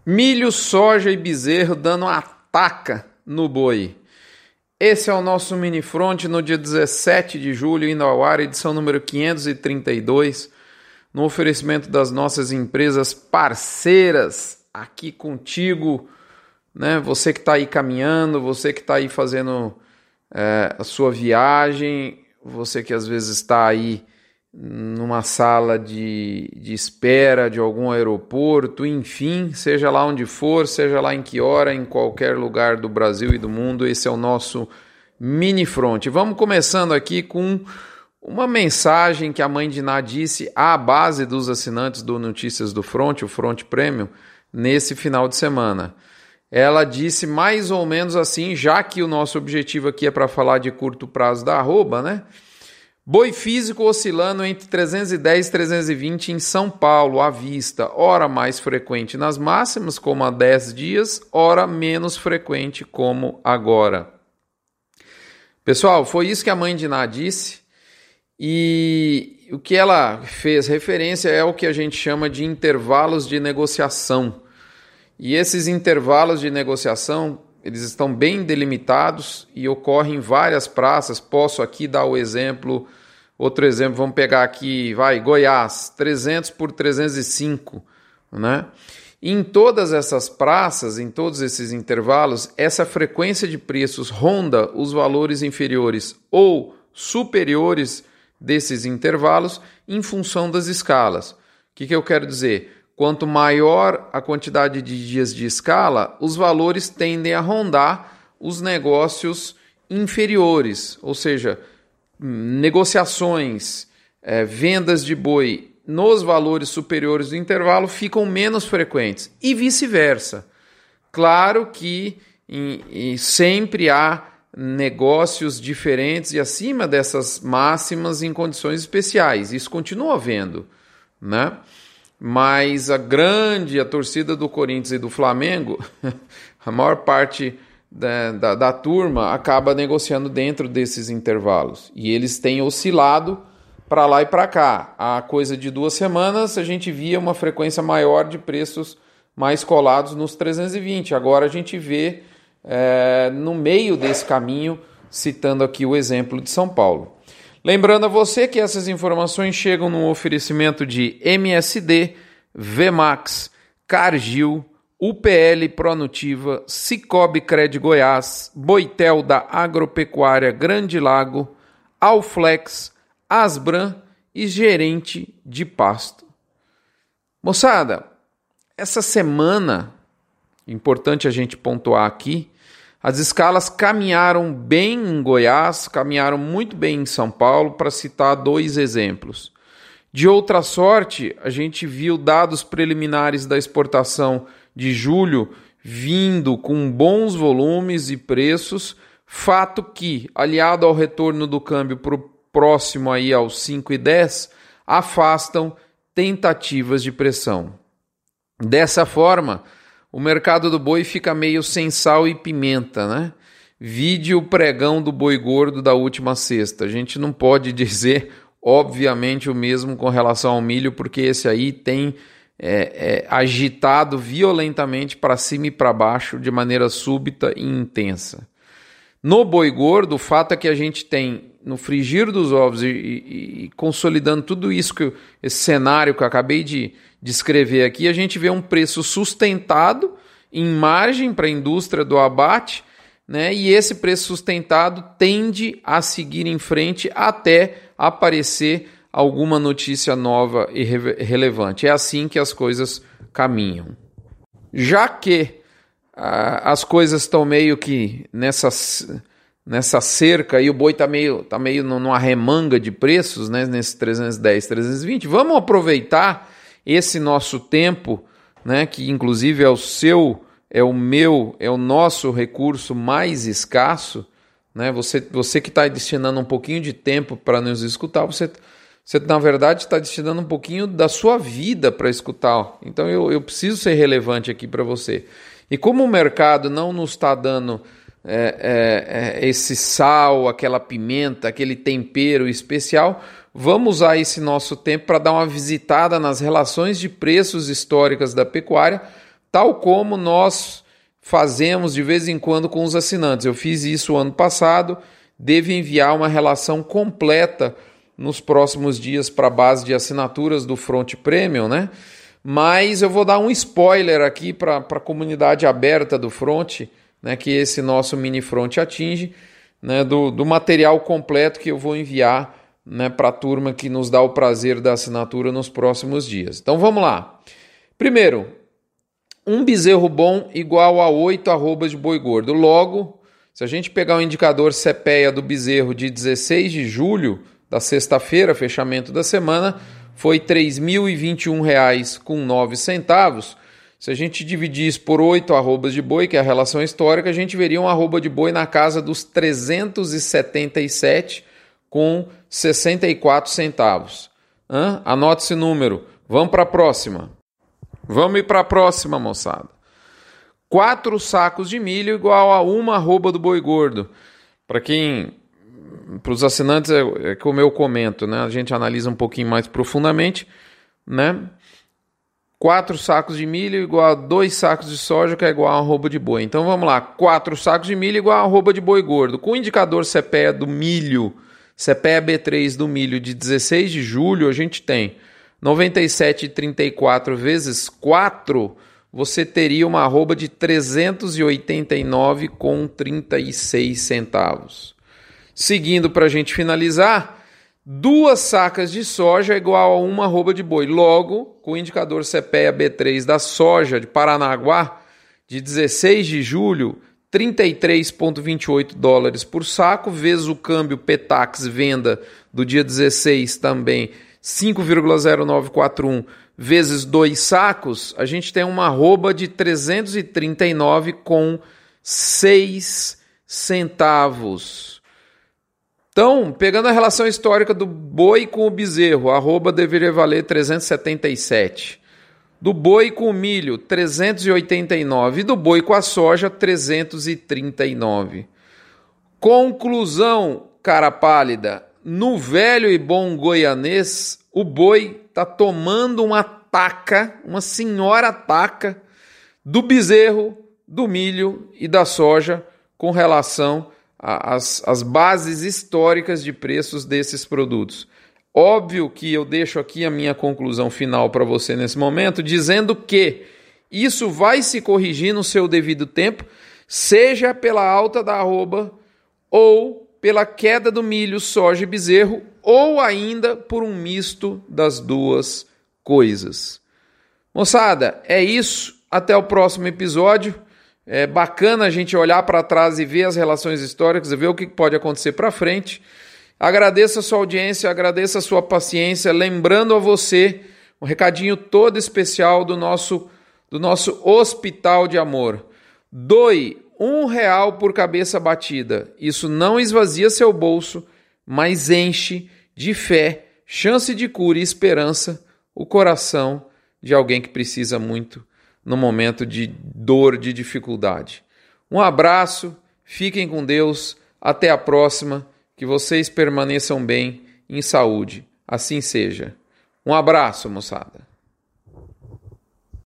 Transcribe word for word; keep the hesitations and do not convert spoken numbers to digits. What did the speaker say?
Milho, soja e bezerro dando uma ataca no boi. Esse é o nosso mini front no dia dezessete de julho, indo ao ar, edição número quinhentos e trinta e dois, no oferecimento das nossas empresas parceiras, aqui contigo, né? Você que está aí caminhando, você que está aí fazendo é, a sua viagem, você que às vezes está aí numa sala de, de espera de algum aeroporto, enfim, seja lá onde for, seja lá em que hora, em qualquer lugar do Brasil e do mundo, esse é o nosso mini front. Vamos começando aqui com uma mensagem que a mãe de Ná disse à base dos assinantes do Notícias do Front, o Front Premium, nesse final de semana. Ela disse mais ou menos assim, já que o nosso objetivo aqui é para falar de curto prazo da arroba, né? Boi físico oscilando entre trezentos e dez e trezentos e vinte em São Paulo, à vista, ora mais frequente nas máximas, como há dez dias, ora menos frequente, como agora. Pessoal, foi isso que a mãe de Ná disse, e o que ela fez referência é o que a gente chama de intervalos de negociação. E esses intervalos de negociação, eles estão bem delimitados e ocorrem em várias praças. Posso aqui dar o exemplo, outro exemplo, vamos pegar aqui, vai, Goiás, trezentos por trezentos e cinco, né? Em todas essas praças, em todos esses intervalos, essa frequência de preços ronda os valores inferiores ou superiores desses intervalos em função das escalas. O que, que eu quero dizer? Quanto maior a quantidade de dias de escala, os valores tendem a rondar os negócios inferiores, ou seja, negociações, é, vendas de boi nos valores superiores do intervalo ficam menos frequentes e vice-versa. Claro que em, em, sempre há negócios diferentes e acima dessas máximas em condições especiais, isso continua havendo, né? Mas a grande, a torcida do Corinthians e do Flamengo, a maior parte da, da, da turma acaba negociando dentro desses intervalos. E eles têm oscilado para lá e para cá. Há coisa de duas semanas a gente via uma frequência maior de preços mais colados nos trezentos e vinte. Agora a gente vê é, no meio desse caminho, citando aqui o exemplo de São Paulo. Lembrando a você que essas informações chegam no oferecimento de M S D, Vemax, Cargill, U P L Pronutiva, Cicobi Cred Goiás, Boitel da Agropecuária Grande Lago, Alflex, Asbram e Gerente de Pasto. Moçada, essa semana, importante a gente pontuar aqui, as escalas caminharam bem em Goiás, caminharam muito bem em São Paulo, para citar dois exemplos. De outra sorte, a gente viu dados preliminares da exportação de julho vindo com bons volumes e preços, fato que, aliado ao retorno do câmbio pro próximo aí aos cinco e dez, afastam tentativas de pressão. Dessa forma, o mercado do boi fica meio sem sal e pimenta, né? Vide o pregão do boi gordo da última sexta. A gente não pode dizer, obviamente, o mesmo com relação ao milho, porque esse aí tem é, é, agitado violentamente para cima e para baixo de maneira súbita e intensa. No boi gordo, o fato é que a gente tem, no frigir dos ovos e, e, e consolidando tudo isso, que eu, esse cenário que eu acabei de descrever aqui, a gente vê um preço sustentado em margem para a indústria do abate, né? E esse preço sustentado tende a seguir em frente até aparecer alguma notícia nova e re- relevante. É assim que as coisas caminham. Já que ah, as coisas estão meio que nessa, nessa cerca e o boi está meio, tá meio numa remanga de preços, né? Nesses trezentos e dez, trezentos e vinte, vamos aproveitar esse nosso tempo, né, que inclusive é o seu, é o meu, é o nosso recurso mais escasso, né? Você, você que está destinando um pouquinho de tempo para nos escutar, você, você na verdade está destinando um pouquinho da sua vida para escutar. Então eu, eu preciso ser relevante aqui para você. E como o mercado não nos está dando é, é, é, esse sal, aquela pimenta, aquele tempero especial, vamos usar esse nosso tempo para dar uma visitada nas relações de preços históricas da pecuária tal como nós fazemos de vez em quando com os assinantes. Eu fiz isso ano passado, devo enviar uma relação completa nos próximos dias para a base de assinaturas do Front Premium, né? Mas eu vou dar um spoiler aqui para a comunidade aberta do Front, né, que esse nosso mini Front atinge, né, do, do material completo que eu vou enviar, né, para a turma que nos dá o prazer da assinatura nos próximos dias. Então vamos lá. Primeiro, um bezerro bom igual a oito arrobas de boi gordo. Logo, se a gente pegar o indicador CPEA do bezerro de dezesseis de julho, da sexta-feira, fechamento da semana, foi três mil e vinte e um reais com nove centavos. Se a gente dividir isso por oito arrobas de boi, que é a relação histórica, a gente veria um arroba de boi na casa dos trezentos e setenta e sete com sessenta e quatro centavos. Hã? Anote esse número. Vamos para a próxima. Vamos ir para a próxima, moçada. Quatro sacos de milho igual a uma arroba do boi gordo. Para quem... Para os assinantes é, é como eu comento, né? A gente analisa um pouquinho mais profundamente, né? Quatro sacos de milho igual a dois sacos de soja, que é igual a uma arroba de boi. Então vamos lá, quatro sacos de milho igual a arroba de boi gordo. Com o indicador CPEA do milho, CPEA B três do milho de dezesseis de julho, a gente tem noventa e sete vírgula trinta e quatro vezes quatro, você teria uma arroba de trezentos e oitenta e nove com trinta e seis centavos. Seguindo para a gente finalizar, duas sacas de soja é igual a uma arroba de boi. Logo, com o indicador CPEA B três da soja de Paranaguá, de dezesseis de julho, trinta e três vírgula vinte e oito dólares por saco, vezes o câmbio Petax venda do dia dezesseis também, cinco vírgula zero nove quatro um, vezes dois sacos, a gente tem uma arroba de trezentos e trinta e nove com seis centavos. Então, pegando a relação histórica do boi com o bezerro, a arroba deveria valer trezentos e setenta e sete. Do boi com o milho, trezentos e oitenta e nove. E do boi com a soja, trezentos e trinta e nove. Conclusão, cara pálida. No velho e bom goianês, o boi está tomando uma taca, uma senhora taca, do bezerro, do milho e da soja com relação As, as bases históricas de preços desses produtos. Óbvio que eu deixo aqui a minha conclusão final para você nesse momento, dizendo que isso vai se corrigir no seu devido tempo, seja pela alta da arroba, ou pela queda do milho, soja e bezerro, ou ainda por um misto das duas coisas. Moçada, é isso. Até o próximo episódio. É bacana a gente olhar para trás e ver as relações históricas e ver o que pode acontecer para frente. Agradeço a sua audiência, agradeço a sua paciência. Lembrando a você um recadinho todo especial do nosso, do nosso Hospital de Amor. Doe um real por cabeça batida. Isso não esvazia seu bolso, mas enche de fé, chance de cura e esperança o coração de alguém que precisa muito no momento de dor, de dificuldade. Um abraço, fiquem com Deus, até a próxima, que vocês permaneçam bem, em saúde. Assim seja. Um abraço, moçada.